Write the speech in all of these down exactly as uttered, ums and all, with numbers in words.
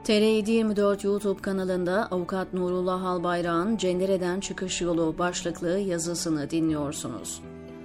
T R yedi yirmi dört YouTube kanalında Avukat Nurullah Albayrak'ın Cendere'den Çıkış Yolu başlıklı yazısını dinliyorsunuz.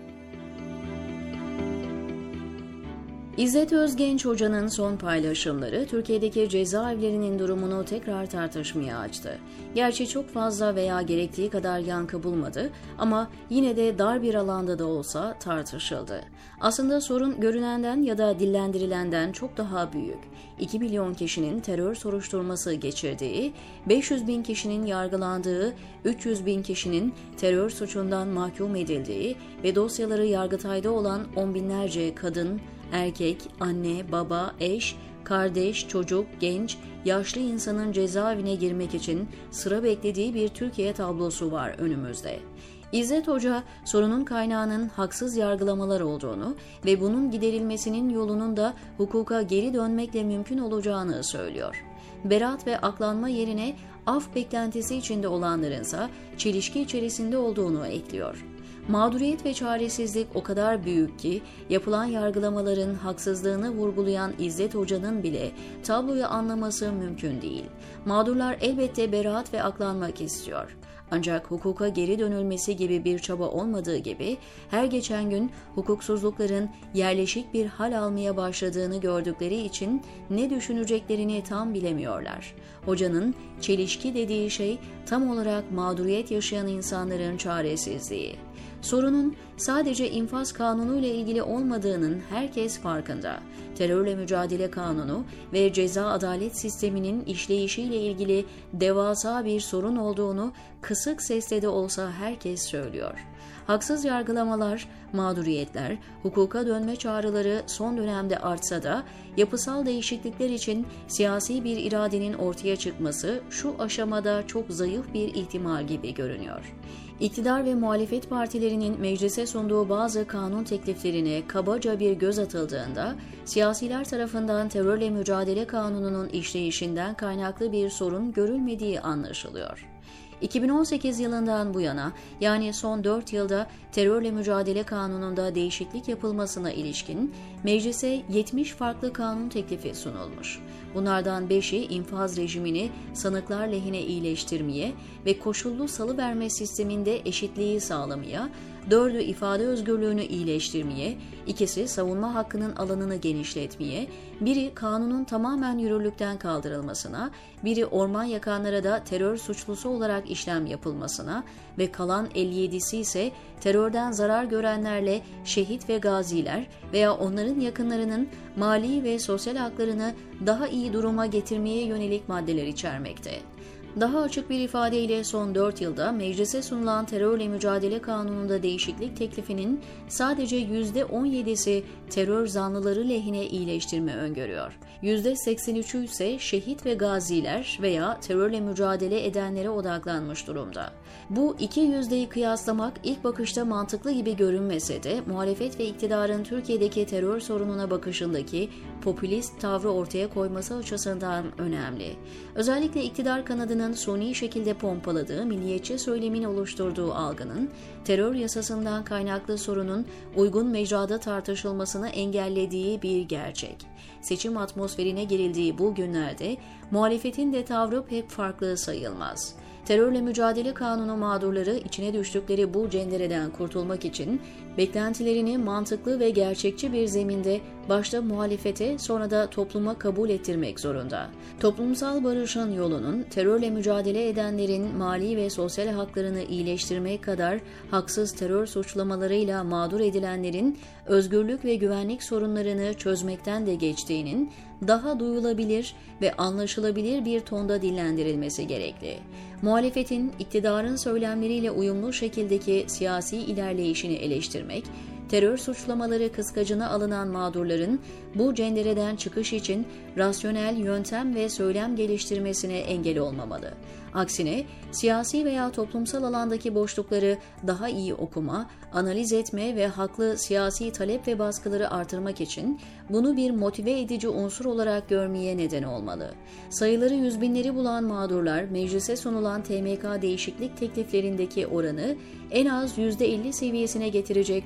İzzet Özgenç Hoca'nın son paylaşımları Türkiye'deki cezaevlerinin durumunu tekrar tartışmaya açtı. Gerçi çok fazla veya gerektiği kadar yankı bulmadı ama yine de dar bir alanda da olsa tartışıldı. Aslında sorun görünenden ya da dillendirilenden çok daha büyük. iki milyon kişinin terör soruşturması geçirdiği, beş yüz bin kişinin yargılandığı, üç yüz bin kişinin terör suçundan mahkum edildiği ve dosyaları Yargıtay'da olan on binlerce kadın, erkek, anne, baba, eş, kardeş, çocuk, genç, yaşlı insanın cezaevine girmek için sıra beklediği bir Türkiye tablosu var önümüzde. İzzet Hoca, sorunun kaynağının haksız yargılamalar olduğunu ve bunun giderilmesinin yolunun da hukuka geri dönmekle mümkün olacağını söylüyor. Beraat ve aklanma yerine af beklentisi içinde olanlarınsa çelişki içerisinde olduğunu ekliyor. Mağduriyet ve çaresizlik o kadar büyük ki yapılan yargılamaların haksızlığını vurgulayan İzzet Hoca'nın bile tabloyu anlaması mümkün değil. Mağdurlar elbette beraat ve aklanmak istiyor. Ancak hukuka geri dönülmesi gibi bir çaba olmadığı gibi her geçen gün hukuksuzlukların yerleşik bir hal almaya başladığını gördükleri için ne düşüneceklerini tam bilemiyorlar. Hocanın çelişki dediği şey tam olarak mağduriyet yaşayan insanların çaresizliği. Sorunun sadece infaz kanunu ile ilgili olmadığının herkes farkında. Terörle mücadele kanunu ve ceza adalet sisteminin işleyişiyle ilgili devasa bir sorun olduğunu kısık sesle de olsa herkes söylüyor. Haksız yargılamalar, mağduriyetler, hukuka dönme çağrıları son dönemde artsa da yapısal değişiklikler için siyasi bir iradenin ortaya çıkması şu aşamada çok zayıf bir ihtimal gibi görünüyor. İktidar ve muhalefet partilerinin meclise sunduğu bazı kanun tekliflerine kabaca bir göz atıldığında, siyasiler tarafından terörle mücadele kanununun işleyişinden kaynaklı bir sorun görülmediği anlaşılıyor. iki bin on sekiz yılından bu yana, yani son dört yılda terörle mücadele kanununda değişiklik yapılmasına ilişkin meclise yetmiş farklı kanun teklifi sunulmuş. Bunlardan beşi infaz rejimini sanıklar lehine iyileştirmeye ve koşullu salıverme sisteminde eşitliği sağlamaya, dördü ifade özgürlüğünü iyileştirmeye, ikisi savunma hakkının alanını genişletmeye, biri kanunun tamamen yürürlükten kaldırılmasına, biri orman yakanlara da terör suçlusu olarak işlem yapılmasına ve kalan elli yedisi ise terörden zarar görenlerle şehit ve gaziler veya onların yakınlarının mali ve sosyal haklarını daha iyi duruma getirmeye yönelik maddeler içermekte. Daha açık bir ifadeyle son dört yılda meclise sunulan terörle mücadele kanununda değişiklik teklifinin sadece yüzde on yedisi terör zanlıları lehine iyileştirme öngörüyor. yüzde seksen üçü ise şehit ve gaziler veya terörle mücadele edenlere odaklanmış durumda. Bu iki yüzdeyi kıyaslamak ilk bakışta mantıklı gibi görünmese de muhalefet ve iktidarın Türkiye'deki terör sorununa bakışındaki popülist tavrı ortaya koyması açısından önemli. Özellikle iktidar kanadının suni şekilde pompaladığı, milliyetçi söylemin oluşturduğu algının, terör yasasından kaynaklı sorunun uygun mecrada tartışılmasını engellediği bir gerçek. Seçim atmosferine girildiği bu günlerde muhalefetin de tavrı pek farklı sayılmaz. Terörle mücadele kanunu mağdurları içine düştükleri bu cendereden kurtulmak için beklentilerini mantıklı ve gerçekçi bir zeminde başta muhalefete sonra da topluma kabul ettirmek zorunda. Toplumsal barışın yolunun terörle mücadele edenlerin mali ve sosyal haklarını iyileştirmek kadar haksız terör suçlamalarıyla mağdur edilenlerin özgürlük ve güvenlik sorunlarını çözmekten de geçtiğinin daha duyulabilir ve anlaşılabilir bir tonda dillendirilmesi gerekli. Muhalefetin iktidarın söylemleriyle uyumlu şekildeki siyasi ilerleyişini eleştirmek, terör suçlamaları kıskacına alınan mağdurların bu cendereden çıkış için rasyonel yöntem ve söylem geliştirmesine engel olmamalı. Aksine siyasi veya toplumsal alandaki boşlukları daha iyi okuma, analiz etme ve haklı siyasi talep ve baskıları artırmak için bunu bir motive edici unsur olarak görmeye neden olmalı. Sayıları yüz binleri bulan mağdurlar meclise sunulan T M K değişiklik tekliflerindeki oranı en az yüzde elli seviyesine getirecek toplumsal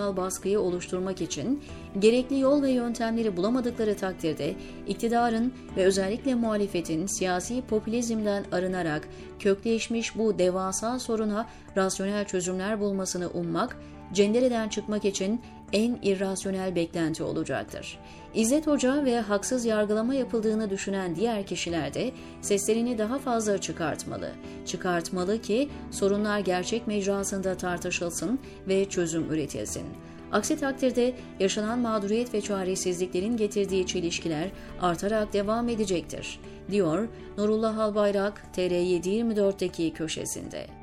toplumsal baskıyı oluşturmak için gerekli yol ve yöntemleri bulamadıkları takdirde iktidarın ve özellikle muhalefetin siyasi popülizmden arınarak kökleşmiş bu devasa soruna rasyonel çözümler bulmasını ummak, cendereden çıkmak için en irrasyonel beklenti olacaktır. İzzet Hoca ve haksız yargılama yapıldığını düşünen diğer kişiler de seslerini daha fazla çıkartmalı. Çıkartmalı ki sorunlar gerçek mecrasında tartışılsın ve çözüm üretilsin. Aksi takdirde yaşanan mağduriyet ve çaresizliklerin getirdiği çelişkiler artarak devam edecektir, diyor Nurullah Albayrak T R yedi yirmi dört'teki köşesinde.